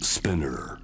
Spinner.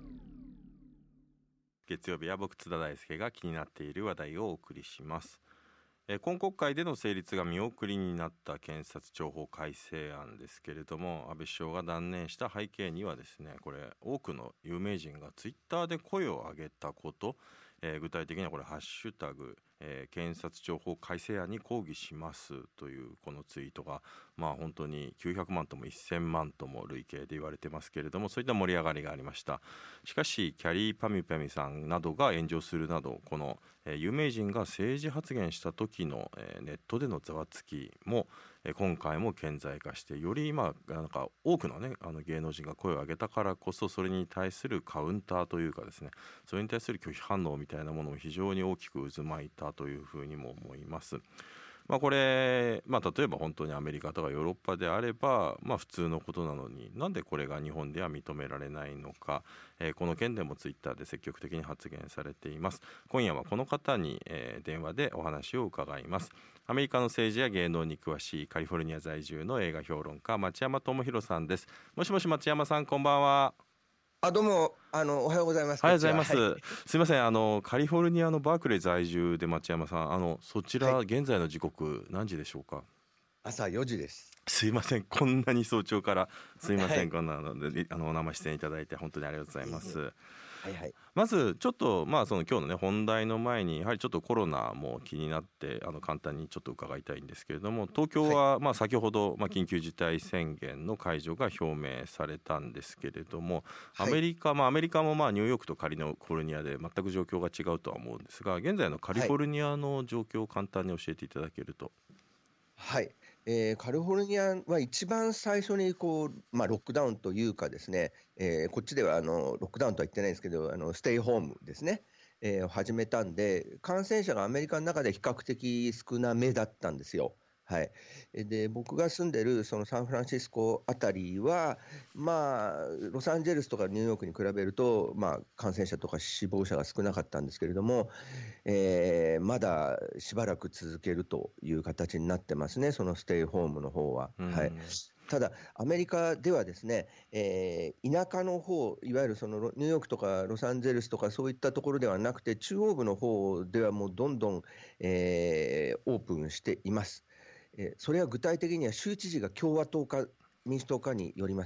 月曜日は僕津田大輔が気になっている話題をお送りします。今国会での成立が見送りになった検察庁法改正案ですけれども、安倍首相が断念した背景にはですね、これ多くの有名人がツイッターで声を上げたこと、具体的にはこれハッシュタグ、検察庁法改正案に抗議しますというこのツイートが本当に900万とも1000万とも累計で言われてますけれども、そういった盛り上がりがありました。しかしキャリーパミュパミさんなどが炎上するなど、この有名人が政治発言した時のネットでのざわつきも今回も顕在化して、よりなんか多くのね芸能人が声を上げたからこそ、それに対するカウンターというかですね、それに対する拒否反応みたいなものも非常に大きく渦巻いたというふうにも思います。これ、例えば本当にアメリカとかヨーロッパであれば普通のことなのに、なんでこれが日本では認められないのか、この件でもツイッターで積極的に発言されています。今夜はこの方に、電話でお話を伺います。アメリカの政治や芸能に詳しいカリフォルニア在住の映画評論家町山智博さんです。もしもし町山さん、こんばんは。 どうもおはようございます。 おはようございます、 はい、 すいません、カリフォルニアのバークレー在住で町山さん、そちら、現在の時刻何時でしょうか？ 朝4時です。 すいません、こんなに早朝からすいません、こんなのでお生出演いただいて本当にありがとうございます。まずちょっとその今日のね本題の前に、やはりちょっとコロナも気になって簡単にちょっと伺いたいんですけれども、東京は先ほど緊急事態宣言の解除が表明されたんですけれども、アメリカもニューヨークとカリフォルニアで全く状況が違うとは思うんですが、現在のカリフォルニアの状況を簡単に教えていただけると。 はい、カリフォルニアは一番最初にロックダウンというかですね、こっちではロックダウンとは言ってないんですけど、ステイホームですね、を始めたんで、感染者がアメリカの中で比較的少なめだったんですよ。はい、で僕が住んでるそのサンフランシスコあたりは、ロサンゼルスとかニューヨークに比べると、感染者とか死亡者が少なかったんですけれども、まだしばらく続けるという形になってますね、そのステイホームの方は。ただ、アメリカではですね、田舎の方、いわゆるそのニューヨークとかロサンゼルスとかそういったところではなくて、中央部の方ではもうどんどん、オープンしています。それは具体的には州知事が共和党か民主党かによります。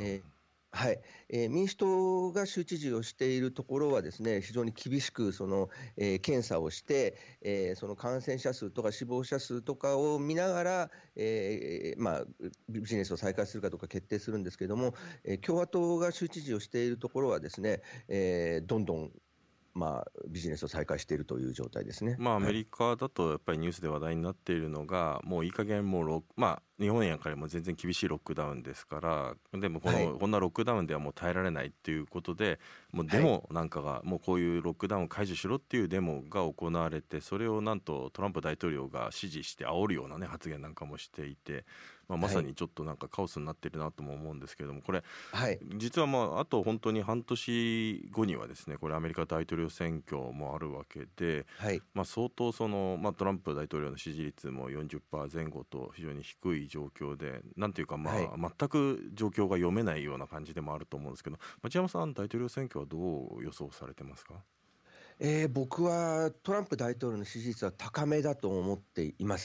民主党が州知事をしているところはですね、非常に厳しく検査をして、その感染者数とか死亡者数とかを見ながら、ビジネスを再開するかどうか決定するんですけれども、共和党が州知事をしているところはですね、どんどんビジネスを再開しているという状態ですね。 アメリカだとやっぱりニュースで話題になっているのが、もういい加減日本やからも全然厳しいロックダウンですから、でもこんなロックダウンではもう耐えられないっていうことで、もうデモなんかが、もうこういうロックダウンを解除しろっていうデモが行われて、それをなんとトランプ大統領が支持して煽るようなね発言なんかもしていて、まさにちょっとなんかカオスになってるなとも思うんですけれども、これ、実はあと本当に半年後にはですね、これアメリカ大統領選挙もあるわけで、相当トランプ大統領の支持率も 40% 前後と非常に低い状況で、なんていうか全く状況が読めないような感じでもあると思うんですけど、町山さん、大統領選挙はどう予想されてますか？ 僕はトランプ大統領の支持率は高めだと思っています。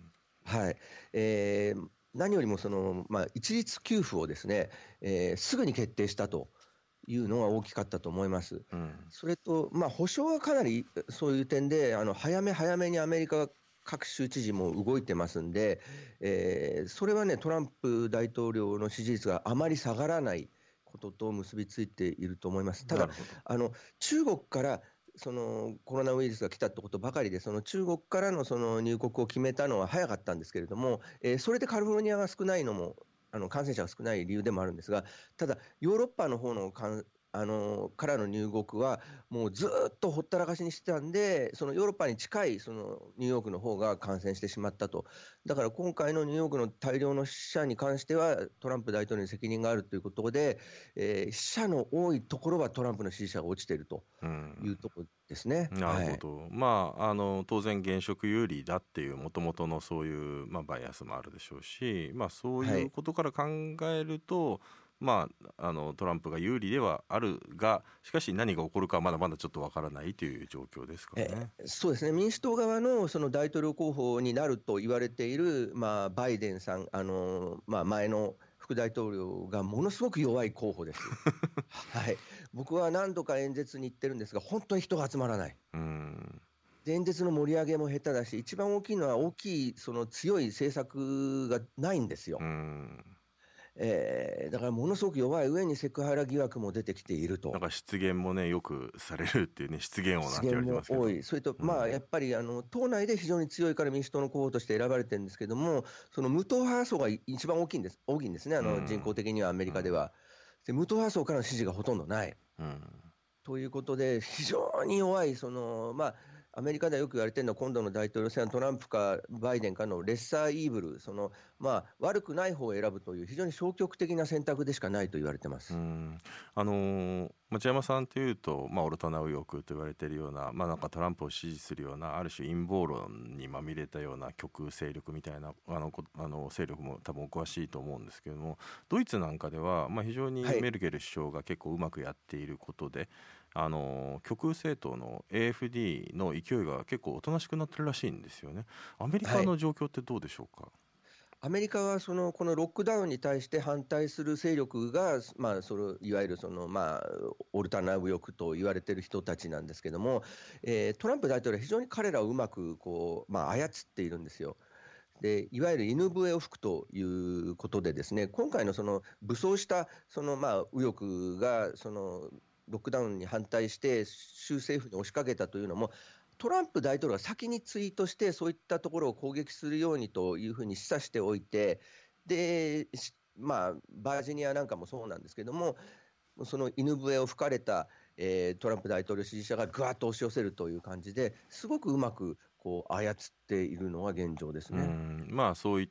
何よりも一律給付をですね、すぐに決定したというのが大きかったと思います。それと、保証はかなりそういう点で早めにアメリカ各州知事も動いてますんで、それはね、トランプ大統領の支持率があまり下がらないことと結びついていると思います。ただ中国からそのコロナウイルスが来たってことばかりで、その中国からのその入国を決めたのは早かったんですけれども、それでカリフォルニアが少ないのも感染者が少ない理由でもあるんですが、ただヨーロッパの方のからの入国はもうずっとほったらかしにしてたんで、そのヨーロッパに近いそのニューヨークの方が感染してしまったと。だから今回のニューヨークの大量の死者に関してはトランプ大統領に責任があるということで、死者の多いところはトランプの支持者が落ちているというところですね。 なるほど。当然現職有利だっていう元々のそういうバイアスもあるでしょうし、そういうことから考えると、 トランプが有利ではあるが、しかし何が起こるかはまだまだちょっとわからないという状況ですかね。 そうですね、民主党側のその大統領候補になると言われている、バイデンさん、前の副大統領がものすごく弱い候補です。はい、僕は何度か演説に行ってるんですが、本当に人が集まらない。演説の盛り上げも下手だし、一番大きいのは大きいその強い政策がないんですよ。だからものすごく弱い上にセクハラ疑惑も出てきていると。 なんか失言もねよくされるっていうね、失言王なんて言われてますけど。 多い。それとやっぱり党内で非常に強いから民主党の候補として選ばれてるんですけども、その無党派層が一番大きいんですね、人口的にはアメリカでは。で無党派層からの支持がほとんどない。ということで、非常に弱いアメリカではよく言われているのは、今度の大統領選はトランプかバイデンかのレッサーイーブル、悪くない方を選ぶという非常に消極的な選択でしかないと言われてます。 町山さんというと、オルタナ右翼と言われているような、なんかトランプを支持するようなある種陰謀論にまみれたような極右勢力みたいな勢力も多分お詳しいと思うんですけども、ドイツなんかでは、非常にメルケル首相が結構うまくやっていることで、極右政党の AFD の勢いが結構おとなしくなってるらしいんですよね。アメリカの状況ってどうでしょうか。 アメリカはこのロックダウンに対して反対する勢力が、いわゆるオルタナ右翼と言われている人たちなんですけども、トランプ大統領は非常に彼らをうまく操っているんですよ。でいわゆる犬笛を吹くということでですね、今回の武装した右翼がロックダウンに反対して州政府に押しかけたというのも、トランプ大統領が先にツイートしてそういったところを攻撃するようにというふうに示唆しておいて、でバージニアなんかもそうなんですけども、その犬笛を吹かれた、トランプ大統領支持者がぐわっと押し寄せるという感じですごくうまく操っているのが現状ですね。 そういった、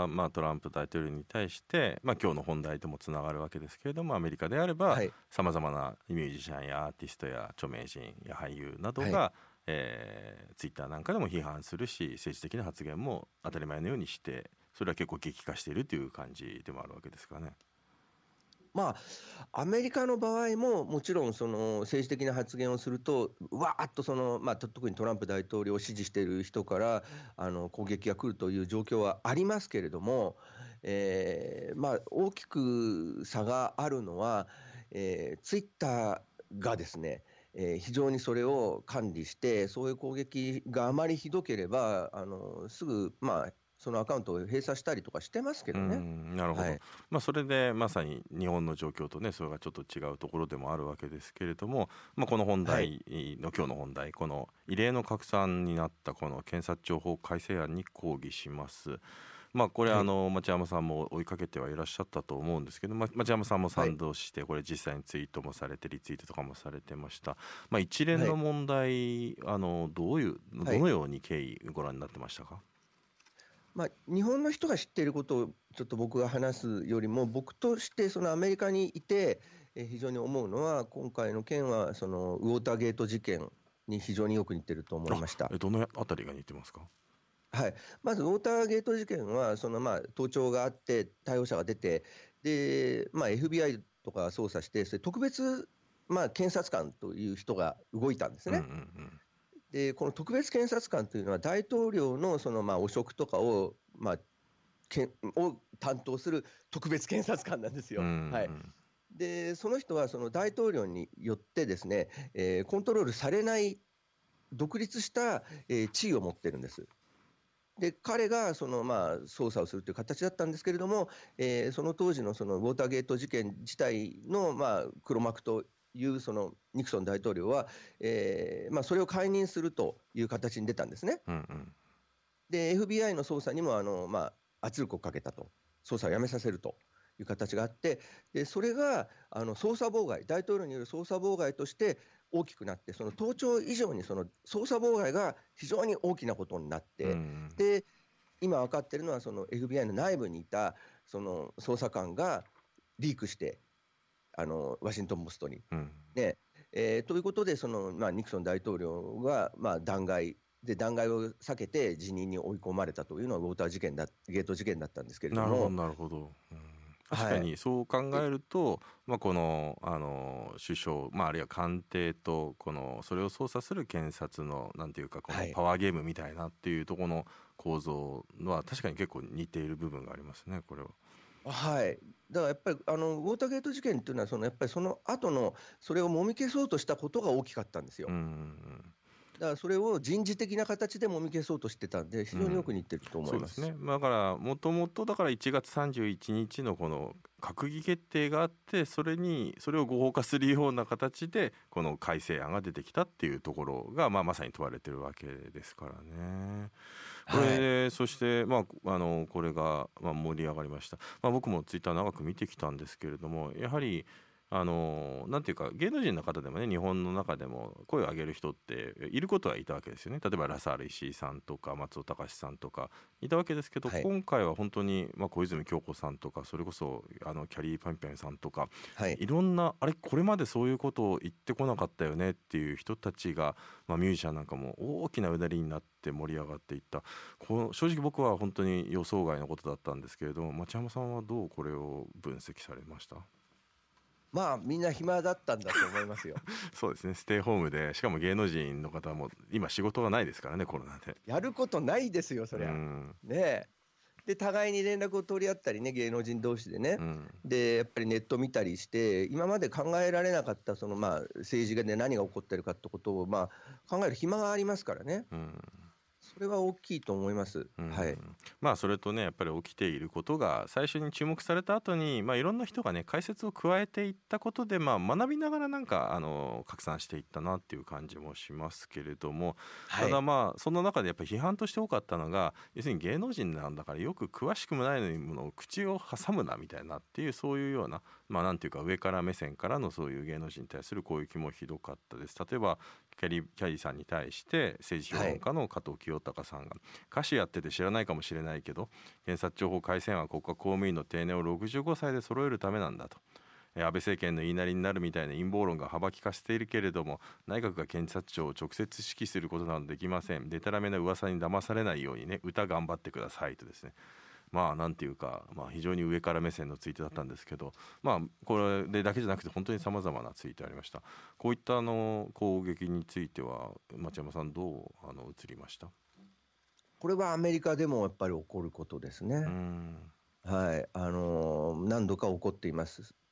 トランプ大統領に対して、今日の本題ともつながるわけですけれども、アメリカであればさまざまなミュージシャンやアーティストや著名人や俳優などが、ツイッターなんかでも批判するし、政治的な発言も当たり前のようにして、それは結構激化しているという感じでもあるわけですかね。 アメリカの場合ももちろん政治的な発言をするとわーっと特にトランプ大統領を支持している人から攻撃が来るという状況はありますけれども、大きく差があるのは、ツイッターがですね、非常にそれを管理して、そういう攻撃があまりひどければすぐそのアカウントを閉鎖したりとかしてますけどね。 なるほど、それでまさに日本の状況とね、それがちょっと違うところでもあるわけですけれども、この本題の、今日の本題、この異例の拡散になったこの検察庁法改正案に抗議します。これ町山さんも追いかけてはいらっしゃったと思うんですけど、町山さんも賛同して、これ実際にツイートもされてリツイートとかもされてました。一連の問題、どのように経緯ご覧になってましたか。 日本の人が知っていることをちょっと僕が話すよりも、僕としてアメリカにいて非常に思うのは、今回の件はウォーターゲート事件に非常によく似てると思いました。 どのあたりが似てますか。 まずウォーターゲート事件は盗聴があって逮捕者が出て、で、FBI とか捜査して、それ特別、検察官という人が動いたんですね。でこの特別検察官というのは大統領の汚職とかを担当する特別検察官なんですよ。でその人は大統領によってですね、コントロールされない独立した地位を持ってるんです。で彼が捜査をするという形だったんですけれども、その当時のウォーターゲート事件自体の黒幕というニクソン大統領は、それを解任するという形に出たんですね。で FBI の捜査にも圧力をかけたと、捜査をやめさせるという形があって、でそれが捜査妨害、大統領による捜査妨害として大きくなって、盗聴以上に捜査妨害が非常に大きなことになって、で今分かっているのはFBI の内部にいた捜査官がリークしてワシントン・ポストに、ということでニクソン大統領が弾劾を避けて辞任に追い込まれたというのはウォーターゲート事件だったんですけれども。 なるほど。 確かにそう考えると、この、首相、あるいは官邸とそれを操作する検察のなんていうかこのパワーゲームみたいなっていうところの構造は確かに結構似ている部分がありますね、これは。 はい、だからやっぱりウォーターゲート事件っていうのはやっぱりその後のそれをもみ消そうとしたことが大きかったんですよ。だからそれを人事的な形でもみ消そうとしてたんで、非常によく似てると思います。 そうですね。だからもともとだから1月31日のこの閣議決定があって、それを合法化するような形でこの改正案が出てきたっていうところが、まさに問われてるわけですからね。これで、そして、これが盛り上がりました。僕もツイッター長く見てきたんですけれども、やはりなんていうか芸能人の方でもね、日本の中でも声を上げる人っていることはいたわけですよね。例えばラサール石井さんとか松尾隆さんとかいたわけですけど、今回は本当に、小泉京子さんとか、それこそキャリーパンピョンさんとか、いろんなこれまでそういうことを言ってこなかったよねっていう人たちが、ミュージシャンなんかも大きなうなりになって盛り上がっていった。正直僕は本当に予想外のことだったんですけれども、町山さんはどうこれを分析されました？ みんな暇だったんだと思いますよ。 そうですね、ステイホームで、しかも芸能人の方も今仕事がないですからね、コロナで。 やることないですよ、そりゃ。ねで、互いに連絡を取り合ったりね、芸能人同士でね、でやっぱりネット見たりして、今まで考えられなかった政治が、ね、何が起こってるかってことを、考える暇がありますからね。それは大きいと思います。 それとね、やっぱり起きていることが最初に注目された後に、いろんな人がね解説を加えていったことで、学びながらなんか拡散していったなっていう感じもしますけれども、ただその中でやっぱり批判として多かったのが、要するに芸能人なんだからよく詳しくもないものを口を挟むなみたいなっていう、そういうようななんていうか上から目線からのそういう芸能人に対する攻撃もひどかったです。例えばキャリーさんに対して政治評論家の加藤清隆さんが、歌手やってて知らないかもしれないけど、検察庁法改正案は国家公務員の定年を65歳で揃えるためなんだと。安倍政権の言いなりになるみたいな陰謀論が幅利かせているけれども、内閣が検察庁を直接指揮することなどできません。でたらめな噂に騙されないようにね、歌頑張ってくださいとですね、なんていうか、非常に上から目線のツイートだったんですけど、これでだけじゃなくて本当にさまざまなツイートありました。こういった攻撃については町山さんどう映りました？ これはアメリカでもやっぱり起こることですね。何度か起こっています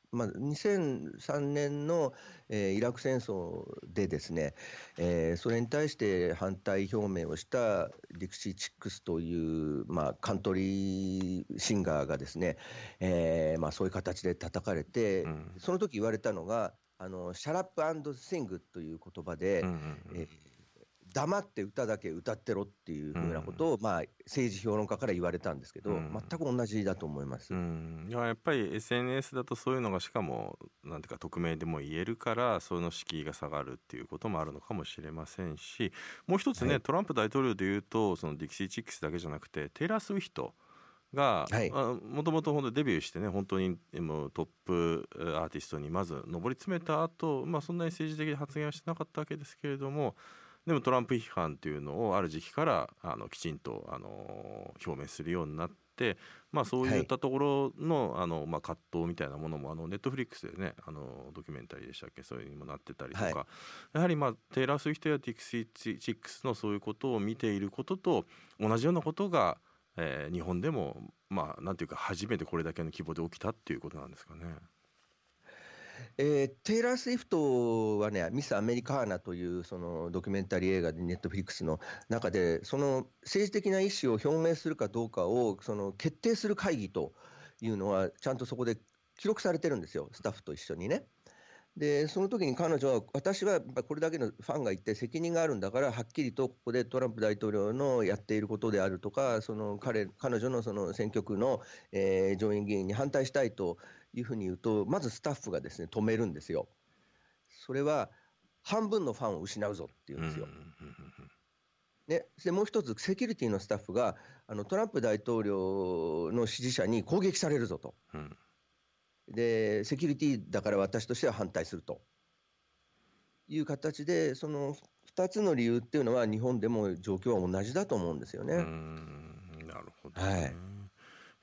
。2003年の、イラク戦争でですね、それに対して反対表明をしたディクシー・チックスという、カントリーシンガーがですね、そういう形で叩かれて、その時言われたのがシャラップ&シングという言葉で、黙って歌だけ歌ってろっていうふうなことを、政治評論家から言われたんですけど、全く同じだと思います。 やっぱり SNS だとそういうのがしかもなんていうか匿名でも言えるから、その敷居が下がるっていうこともあるのかもしれませんし、もう一つね、トランプ大統領でいうとそのディキシー・チックスだけじゃなくてテイラー・スウィフトがもともとデビューしてね、本当にもうトップアーティストにまず上り詰めた後、そんなに政治的な発言はしてなかったわけですけれども、でもトランプ批判っていうのをある時期からきちんと表明するようになって、そういったところの、葛藤みたいなものもネットフリックスでねドキュメンタリーでしたっけ、そういうにもなってたりとか、やはりテイラー・スウィフトやディクシー・チックスのそういうことを見ていることと同じようなことが、日本でもなんていうか初めてこれだけの規模で起きたっていうことなんですかね。 テイラー・スウィフトはね、ミス・アメリカーナというそのドキュメンタリー映画でネットフリックスの中で、その政治的な意思を表明するかどうかをその決定する会議というのは、ちゃんとそこで記録されてるんですよ、スタッフと一緒にね。で、その時に彼女は、私はやっぱこれだけのファンがいて責任があるんだから、はっきりとここでトランプ大統領のやっていることであるとか、その彼女のその選挙区の、上院議員に反対したいというふうに言うと、まずスタッフがですね止めるんですよ。それは半分のファンを失うぞっていうんですよ。ね、でもう一つセキュリティのスタッフがトランプ大統領の支持者に攻撃されるぞと。でセキュリティだから私としては反対するという形で、その2つの理由っていうのは日本でも状況は同じだと思うんですよね。 なるほどね。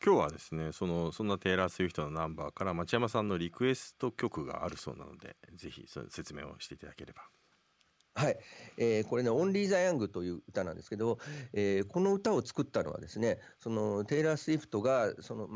今日はですねそんなテイラー・スウィフトのナンバーから町山さんのリクエスト曲があるそうなので、ぜひその説明をしていただければ。 はい、これね、オンリー・ザ・ヤングという歌なんですけど、この歌を作ったのはですね、そのテイラー・スウィフトが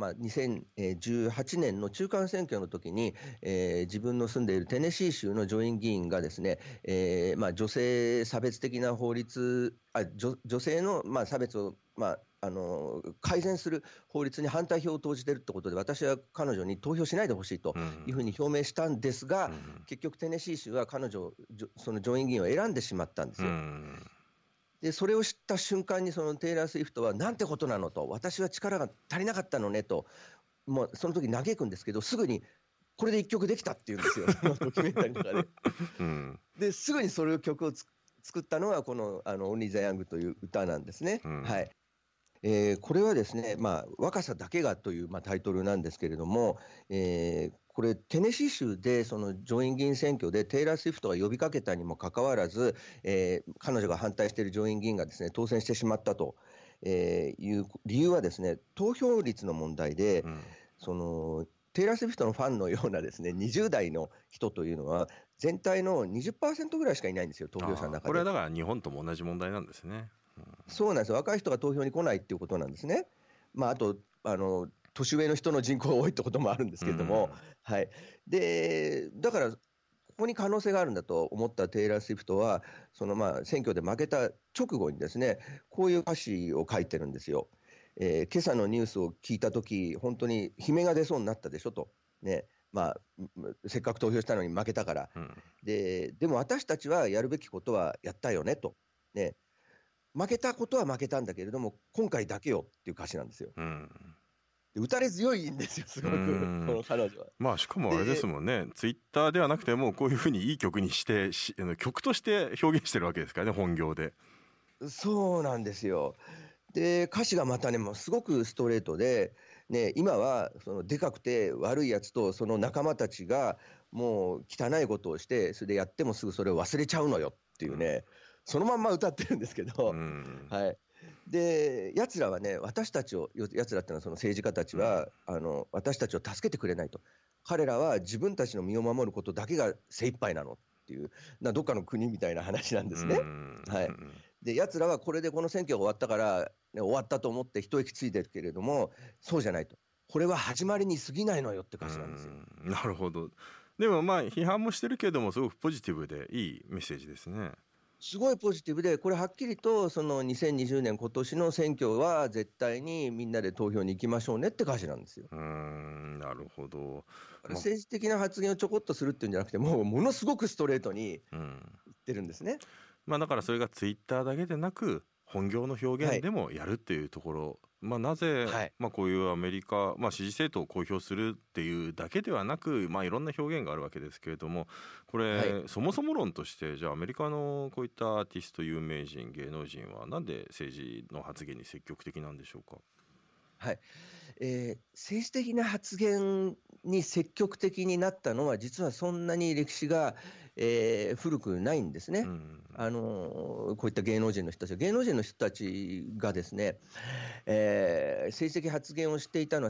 2018年の中間選挙の時に、自分の住んでいるテネシー州の上院議員がですね、女性差別的な法律、女性の差別を、改善する法律に反対票を投じているということで、私は彼女に投票しないでほしいというふうに表明したんですが、結局テネシー州は彼女、その上院議員を選んでしまったんですよ。でそれを知った瞬間にそのテイラー・スウィフトはなんてことなのと、私は力が足りなかったのねと、もうその時嘆くんですけど、すぐにこれで1曲できたっていうんですよ、そのドキュメンタリーの中で。ですぐにそれを曲を作ったのがこの「オンリー・ザ・ヤング」という歌なんですね。はい。これはですね、若さだけがというタイトルなんですけれども、これテネシー州でその上院議員選挙でテイラー・スウィフトが呼びかけたにもかかわらず、彼女が反対している上院議員がですね当選してしまったという理由はですね、投票率の問題で、そのテイラー・スウィフトのファンのようなですね20代の人というのは全体の 20% ぐらいしかいないんですよ、投票者の中で。 これはだから日本とも同じ問題なんですね。 そうなんですよ、若い人が投票に来ないっていうことなんですね。あと年上の人の人口が多いってこともあるんですけれども、はい、でだからここに可能性があるんだと思ったテイラー・スウィフトは、その選挙で負けた直後にですね、こういう歌詞を書いてるんですよ。今朝のニュースを聞いたとき、本当に悲鳴が出そうになったでしょと、ね、せっかく投票したのに負けたから、でも私たちはやるべきことはやったよねと、ね、負けたことは負けたんだけれども今回だけよっていう歌詞なんですよ。打たれ強いんですよ、すごくこの彼女は。 しかもあれですもんね、ツイッターではなくてもこういうふうにいい曲にして曲として表現してるわけですからね、本業で。 そうなんですよ。で歌詞がまたねもうすごくストレートで、今はそのでかくて悪いやつとその仲間たちがもう汚いことをして、それでやってもすぐそれを忘れちゃうのよっていうね、そのまんま歌ってるんですけど、はい、でやつらはね、私たちを、やつらっていうのはその政治家たちは、私たちを助けてくれないと、彼らは自分たちの身を守ることだけが精一杯なのっていう、どっかの国みたいな話なんですね。はい、でやつらはこれでこの選挙が終わったから、終わったと思って一息ついてるけれども、そうじゃないと、これは始まりに過ぎないのよって歌詞なんですよ。 なるほど。でも批判もしてるけれどもすごくポジティブでいいメッセージですね。 すごいポジティブで、これはっきりとその2020年今年の選挙は絶対にみんなで投票に行きましょうねって歌詞なんですよ。 なるほど。 政治的な発言をちょこっとするっていうんじゃなくて、ものすごくストレートに言ってるんですね。 だからそれがツイッターだけでなく本業の表現でもやるっていうところ、なぜ、こういうアメリカ、支持政党を公表するっていうだけではなく、いろんな表現があるわけですけれども、これ、そもそも論としてじゃあアメリカのこういったアーティスト、有名人、芸能人はなんで政治の発言に積極的なんでしょうか。 はい、政治的な発言に積極的になったのは実はそんなに歴史が、古くないんですね。こういった芸能人の人たちがですね、政治的発言をしていたのは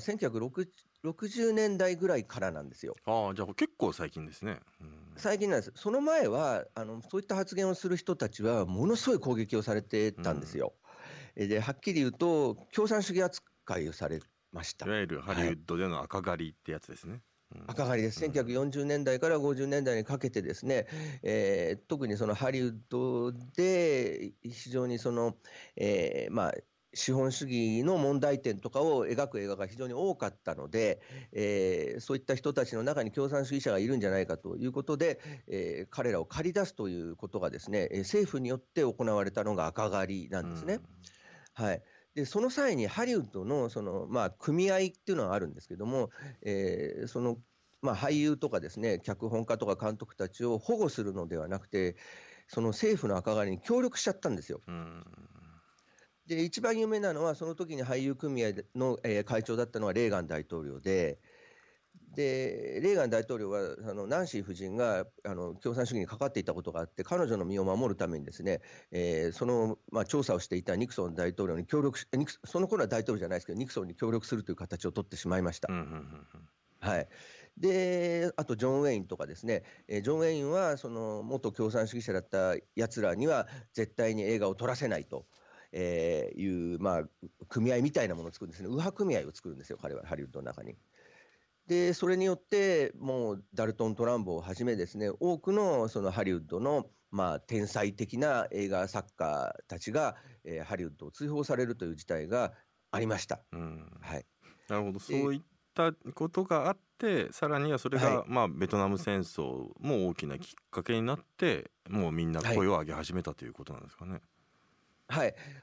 1960年代ぐらいからなんですよ。 じゃあ結構最近ですね。 最近なんです。その前はそういった発言をする人たちはものすごい攻撃をされてたんですよ。ではっきり言うと共産主義扱いをされました。 いわゆるハリウッドでの赤狩りってやつですね。 赤狩りです。1940年代から50年代にかけてですね、特にそのハリウッドで非常にその、資本主義の問題点とかを描く映画が非常に多かったので、そういった人たちの中に共産主義者がいるんじゃないかということで、彼らを駆り出すということがですね、政府によって行われたのが赤狩りなんですね。はい。でその際にハリウッドの組合っていうのがあるんですけども、その俳優とかですね、脚本家とか監督たちを保護するのではなくて、その政府の赤狩りに協力しちゃったんですよ。で一番有名なのはその時に俳優組合の、会長だったのはレーガン大統領で、 でレーガン大統領はナンシー夫人が共産主義にかかっていたことがあって、彼女の身を守るためにですね、調査をしていたニクソン大統領に協力し、その頃は大統領じゃないですけど、ニクソンに協力するという形を取ってしまいました。はい、であとジョン・ウェインとかですね、ジョン・ウェインは元共産主義者だったやつらには絶対に映画を撮らせないという、組合みたいなものを作るんですね。右派組合を作るんですよ、彼はハリウッドの中に。でそれによってもうダルトン・トランボをはじめですね、多くのハリウッドの天才的な映画作家たちが、ハリウッドを追放されるという事態がありました。 はい、なるほど。そういったことがあって、さらにはそれが、ベトナム戦争も大きなきっかけになって、もうみんな声を上げ始めたということなんですかね。 はい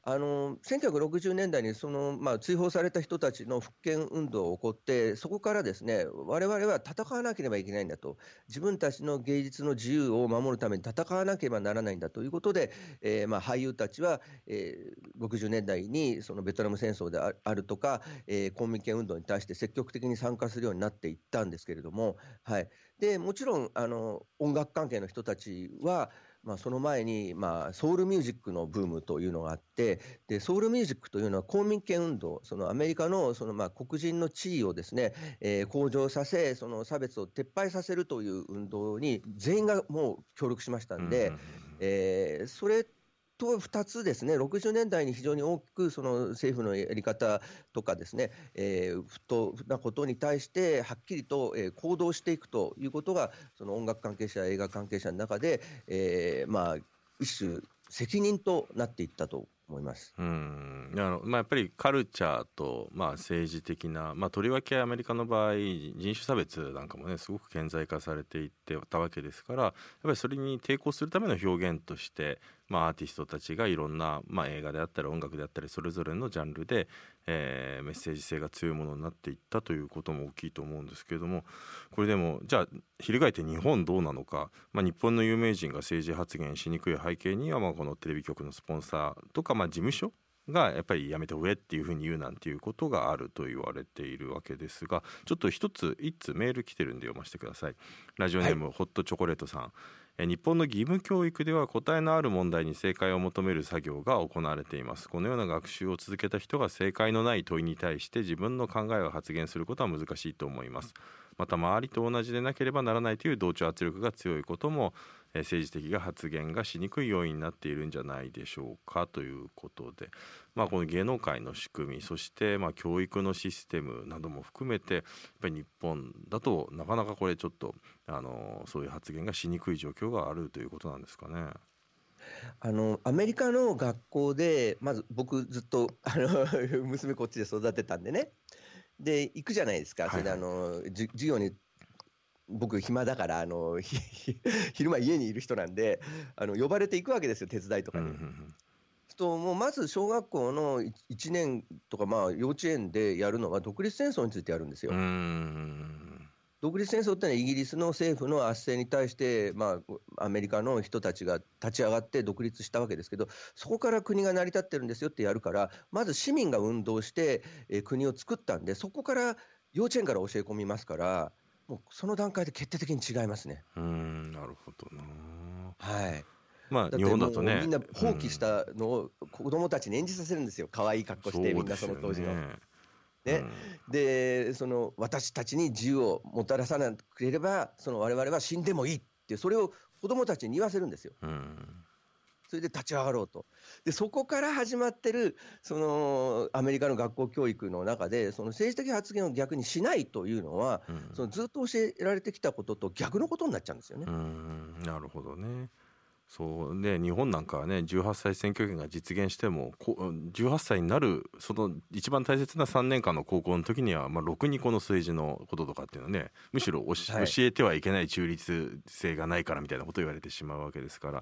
、1960年代に追放された人たちの復権運動が起こって、そこからですね、我々は戦わなければいけないんだと、自分たちの芸術の自由を守るために戦わなければならないんだということで、俳優たちは、60年代にベトナム戦争であるとか、公民権運動に対して積極的に参加するようになっていったんですけれども、でもちろん音楽関係の人たちはその前に、ソウルミュージックのブームというのがあって、でソウルミュージックというのは公民権運動、アメリカの黒人の地位をですね、向上させ、差別を撤廃させるという運動に全員がもう協力しましたんで、それと2つですね、60年代に非常に大きく政府のやり方とかですね、不当なことに対してはっきりと行動していくということが、音楽関係者、映画関係者の中で、一種責任となっていったと思います。 やっぱりカルチャーと、政治的な、とりわけアメリカの場合人種差別なんかもねすごく顕在化されていってたわけですから、やっぱりそれに抵抗するための表現として、アーティストたちがいろんな、映画であったり音楽であったりそれぞれのジャンルで、メッセージ性が強いものになっていったということも大きいと思うんですけれども、これでもじゃあ翻って日本どうなのか、日本の有名人が政治発言しにくい背景には、このテレビ局のスポンサーとか、事務所がやっぱりやめておえっていうふうに言うなんていうことがあると言われているわけですが、ちょっと一つメール来てるんで読ませてください。ラジオネーム、ホットチョコレートさん。日本の義務教育では答えのある問題に正解を求める作業が行われています。このような学習を続けた人が正解のない問いに対して自分の考えを発言することは難しいと思います。また周りと同じでなければならないという同調圧力が強いことも、政治的な発言がしにくい要因になっているんじゃないでしょうかということで、この芸能界の仕組み、そして教育のシステムなども含めて、やっぱり日本だとなかなかこれちょっとそういう発言がしにくい状況があるということなんですかね。 アメリカの学校でまず僕ずっと娘こっちで育てたんでね、で行くじゃないですか。それで授業に僕暇だから昼間家にいる人なんで呼ばれて行くわけですよ、手伝いとかに。もうまず小学校の1年とか幼稚園でやるのは独立戦争についてやるんですよ。独立戦争ってのはイギリスの政府の圧政に対して、アメリカの人たちが立ち上がって独立したわけですけど、そこから国が成り立ってるんですよってやるから、まず市民が運動して、国を作ったんで、そこから幼稚園から教え込みますから、もうその段階で決定的に違いますね。 なるほどな。 はい。 日本だとね、 みんな放棄したのを子供たちに演じさせるんですよ。可愛い格好して、みんなその当時の。で私たちに自由をもたらさなければ我々は死んでもいいって、それを子どもたちに言わせるんですよ。それで立ち上がろうと。でそこから始まってるアメリカの学校教育の中で政治的発言を逆にしないというのは、ずっと教えられてきたことと逆のことになっちゃうんですよね。 なるほどね。そうね、日本なんかはね18歳選挙権が実現しても18歳になるその一番大切な3年間の高校の時には、ろくにこの政治のこととかっていうのはね、むしろ教えてはいけない中立性がないからみたいなことを言われてしまうわけですから、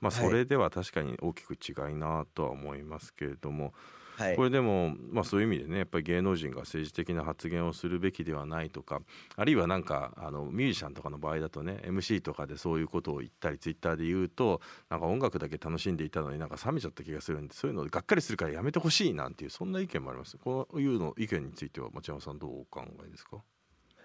それでは確かに大きく違いなとは思いますけれども、これでも、そういう意味でねやっぱり芸能人が政治的な発言をするべきではないとか、あるいはなんかミュージシャンとかの場合だとね MC とかでそういうことを言ったりツイッターで言うと、なんか音楽だけ楽しんでいたのになんか冷めちゃった気がするんで、そういうのがっかりするからやめてほしいなんていうそんな意見もあります。こういうの意見については町山さんどうお考えですか？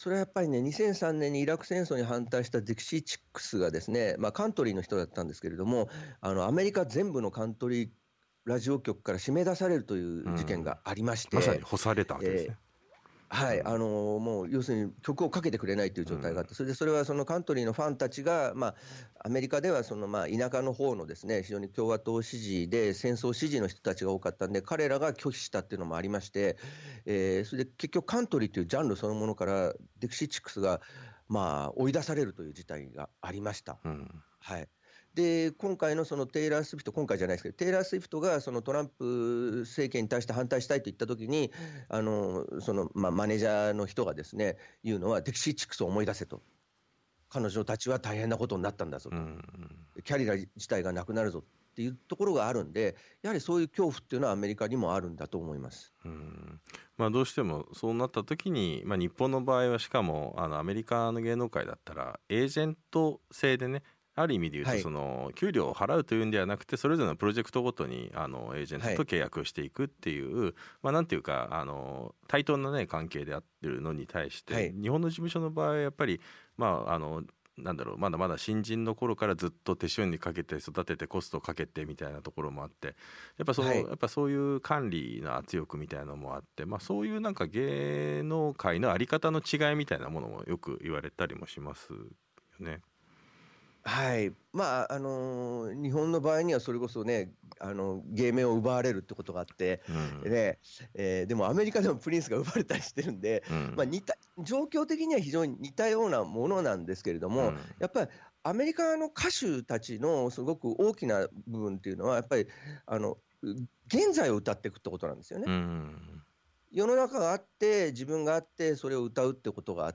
それはやっぱりね、2003年にイラク戦争に反対したディキシー・チックスがですね、カントリーの人だったんですけれども、アメリカ全部のカントリーラジオ局から締め出されるという事件がありましまさにて、 干されたわけですね。 はい、もう要するに曲をかけてくれないという状態があって、それはそのカントリーのファンたちが、アメリカではその田舎の方のですね、非常に共和党支持で戦争支持の人たちが多かったんで、彼らが拒否したっていうのもありまして、それで結局カントリーというジャンルそのものからディクシー・チックスが追い出されるという事態がありました。はい。で、今回のそのテイラー・スウィフト、今回じゃないですけど、テイラー・スウィフトがそのトランプ政権に対して反対したいと言ったときに、マネージャーの人がですね、言うのは、ディキシー・チックスを思い出せと。彼女たちは大変なことになったんだぞと。キャリア自体がなくなるぞっていうところがあるんで、やはりそういう恐怖っていうのはアメリカにもあるんだと思います。 どうしてもそうなった時に、日本の場合はしかもアメリカの芸能界だったらエージェント制でね、ある意味で言うと、その給料を払うというんではなくて、それぞれのプロジェクトごとにエージェントと契約をしていくっていう、なんていうか対等なね関係であってるのに対して、日本の事務所の場合はやっぱりなんだろう、まだまだ新人の頃からずっと手塩にかけて育ててコストをかけてみたいなところもあって、やっぱそういう管理の圧力みたいなのもあって、そういうなんか芸能界の在り方の違いみたいなものもよく言われたりもしますよね。 はい、日本の場合にはそれこそね、芸名を奪われるってことがあって、でもアメリカでもプリンスが奪われたりしてるんで、状況的には非常に似たようなものなんですけれども、やっぱりアメリカの歌手たちのすごく大きな部分っていうのは、やっぱり現在を歌っていくってことなんですよね。世の中があって、自分があって、それを歌うってことがあって、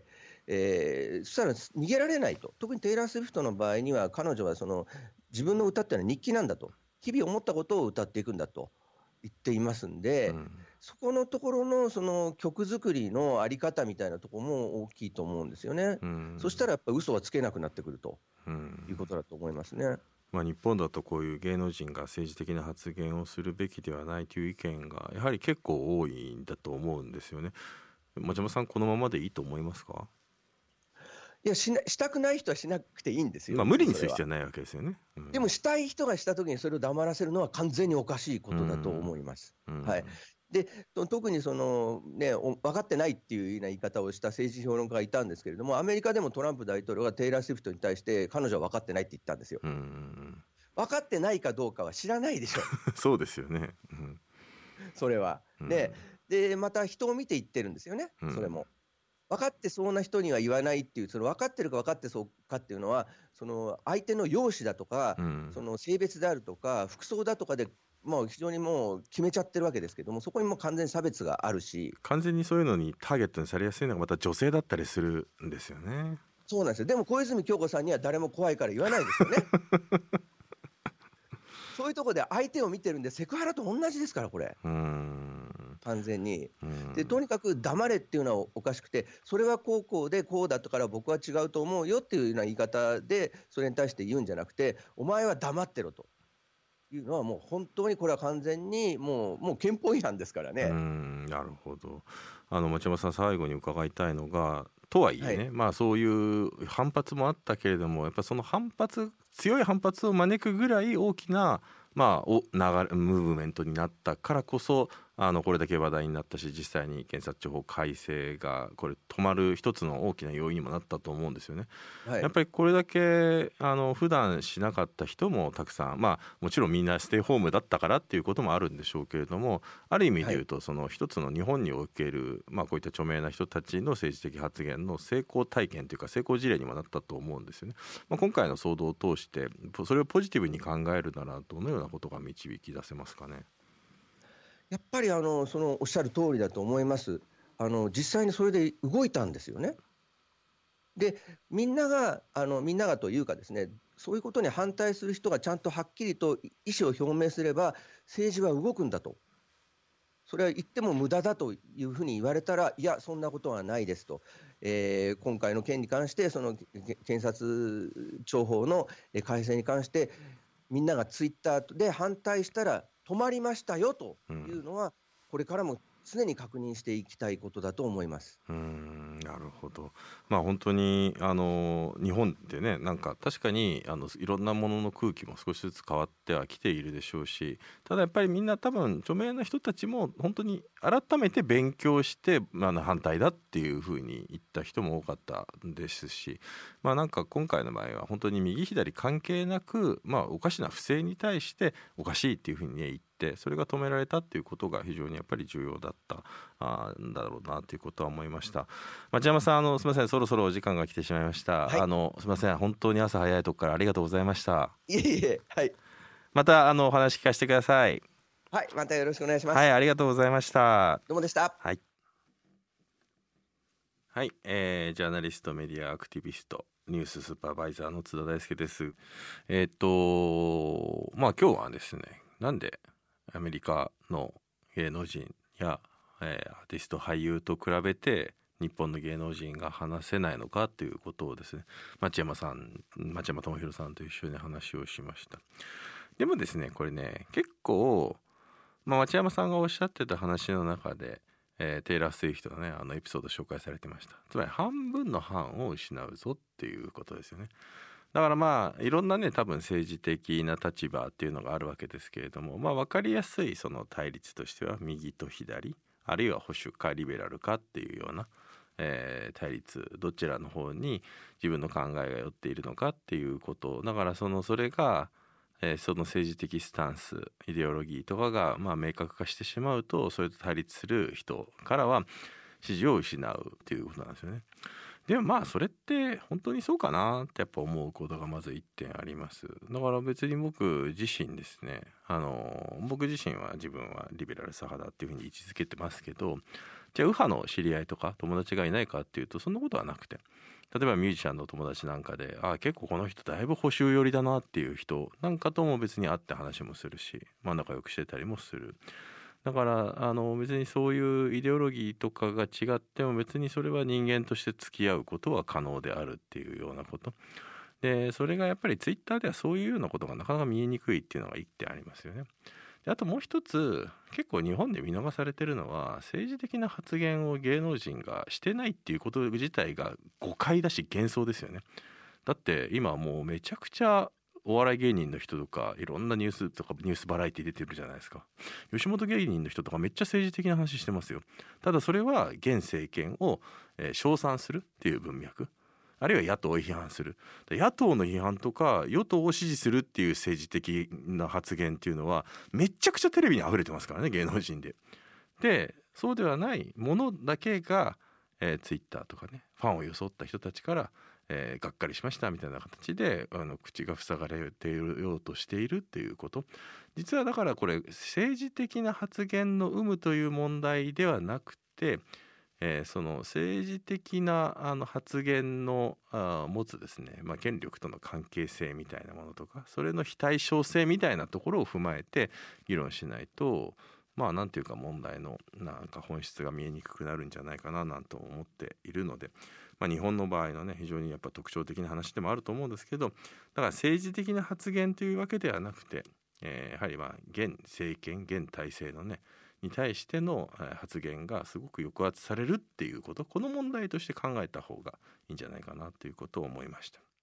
そしたら逃げられないと。特にテイラー・スウィフトの場合には、彼女は自分の歌っていうのは日記なんだと。日々思ったことを歌っていくんだと言っていますんで、そこのところのその曲作りのあり方みたいなところも大きいと思うんですよね。そしたらやっぱり嘘はつけなくなってくるということだと思いますね。 日本だとこういう芸能人が政治的な発言をするべきではないという意見がやはり結構多いんだと思うんですよね。真島さん、このままでいいと思いますか？ いや、したくない人はしなくていいんですよ。 無理にする必要はないわけですよね。 でもしたい人がしたときにそれを黙らせるのは完全におかしいことだと思います。はい。で、特に分かってないっていうような言い方をした政治評論家がいたんですけれども、アメリカでもトランプ大統領がテイラー・スウィフトに対して彼女は分かってないって言ったんですよ。分かってないかどうかは知らないでしょ。 そうですよね。 それは。で、また人を見て言ってるんですよね、それも。分かってそうな人には言わないっていう、その分かってるか分かってそうかっていうのは、その相手の容姿だとか、その性別であるとか、服装だとかで、非常にもう決めちゃってるわけですけども、そこにも完全に差別があるし。 完全にそういうのにターゲットにされやすいのがまた女性だったりするんですよね。 そうなんですよ。でも小泉今日子さんには誰も怖いから言わないですよね。そういうところで相手を見てるんで、セクハラと同じですから、これ。完全に。で、とにかく黙れっていうのはおかしくて、それはこうでこうだったから僕は違うと思うよっていうような言い方で、それに対して言うんじゃなくて、お前は黙ってろというのは、もう本当にこれは完全にもう憲法違反ですからね。 なるほど。町山さん、最後に伺いたいのが、とはいえね、そういう反発もあったけれども、やっぱその強い反発を招くぐらい大きなムーブメントになったからこそ、これだけ話題になったし、実際に検察庁法改正がこれ止まる一つの大きな要因にもなったと思うんですよね。やっぱりこれだけ普段しなかった人もたくさん、もちろんみんなステイホームだったからっていうこともあるんでしょうけれども、ある意味でいうと、その一つの日本における、こういった著名な人たちの政治的発言の成功体験というか成功事例にもなったと思うんですよね。今回の騒動を通してそれをポジティブに考えるなら、どのようなことが導き出せますかね。 やっぱりそのおっしゃる通りだと思います。実際にそれで動いたんですよね。で、みんながというかですね、そういうことに反対する人がちゃんとはっきりと意思を表明すれば、政治は動くんだと。それは言っても無駄だというふうに言われたら、いや、そんなことはないですと。今回の件に関して、その検察庁法の改正に関して、みんながツイッターで反対したら止まりましたよというのは、これからも常に確認していきたいことだと思います。 なるほど。本当に日本でね、なんか確かにいろんなものの空気も少しずつ変わってはきているでしょうし、ただやっぱりみんな多分著名な人たちも本当に改めて勉強して、反対だっていうふうに言った人も多かったですし、なんか今回の場合は本当に右左関係なく、おかしな不正に対しておかしいっていうふうにね言って、それが止められたっていうことが非常にやっぱり重要だったんだろうなということは思いました。町山さん、すみません、そろそろお時間が来てしまいました。 はい、 すみません、本当に朝早いとこからありがとうございました。 いえいえ、はい、 またお話聞かせてください。 はい、またよろしくお願いします。 はい、ありがとうございました。 どうもでした。 はい、はい、ジャーナリスト、メディアアクティビスト、ニューススーパーバイザーの津田大輔です。今日はですね、なんでアメリカの芸能人や、アーティスト、俳優と比べて日本の芸能人が話せないのかということをですね、町山智博さんと一緒に話をしました。でもですね、これね、結構、町山さんがおっしゃってた話の中で、テイラー・スウィフトのねエピソード紹介されてました。つまり半分の半を失うぞっていうことですよね。だからいろんなね多分政治的な立場っていうのがあるわけですけれども、分かりやすいその対立としては右と左、あるいは保守かリベラルかっていうような、対立、どちらの方に自分の考えが寄っているのかっていうこと。だからそれがその政治的スタンス、イデオロギーとかが明確化してしまうと、それと対立する人からは支持を失うっていうことなんですよね。でもそれって本当にそうかなってやっぱ思うことがまず一点あります。だから別に僕自身ですね、僕自身は自分はリベラル左派だっていうふうに位置づけてますけど、じゃあ右派の知り合いとか友達がいないかっていうとそんなことはなくて、例えばミュージシャンの友達なんかで結構この人だいぶ保守寄りだなっていう人なんかとも別に会って話もするし、仲良くしてたりもする。だから別にそういうイデオロギーとかが違っても別にそれは人間として付き合うことは可能であるっていうようなことで、それがやっぱりツイッターではそういうようなことがなかなか見えにくいっていうのが一点ありますよね。であともう一つ結構日本で見逃されてるのは、政治的な発言を芸能人がしてないっていうこと自体が誤解だし幻想ですよね。だって今もうめちゃくちゃお笑い芸人の人とかいろんなニュースとかニュースバラエティ出てるじゃないですか。吉本芸人の人とかめっちゃ政治的な話してますよ。ただそれは現政権を称賛するっていう文脈、あるいは野党を批判する、野党の批判とか与党を支持するっていう政治的な発言っていうのはめちゃくちゃテレビに溢れてますからね、芸能人で。でそうではないものだけが、ツイッターとかねファンを装った人たちから、がっかりしましたみたいな形で口が塞がれてようとしているっていうこと、実はだからこれ政治的な発言の有無という問題ではなくて、その政治的な発言の持つですね、権力との関係性みたいなものとか、それの非対称性みたいなところを踏まえて議論しないと、なんていうか問題のなんか本質が見えにくくなるんじゃないかななんと思っているので、日本の場合のね非常にやっぱ特徴的な話でもあると思うんですけど、だから政治的な発言というわけではなくて、やはり現政権現体制のねに対しての発言がすごく抑圧されるっていうこと、この問題として考えた方がいいんじゃないかなということを思いました。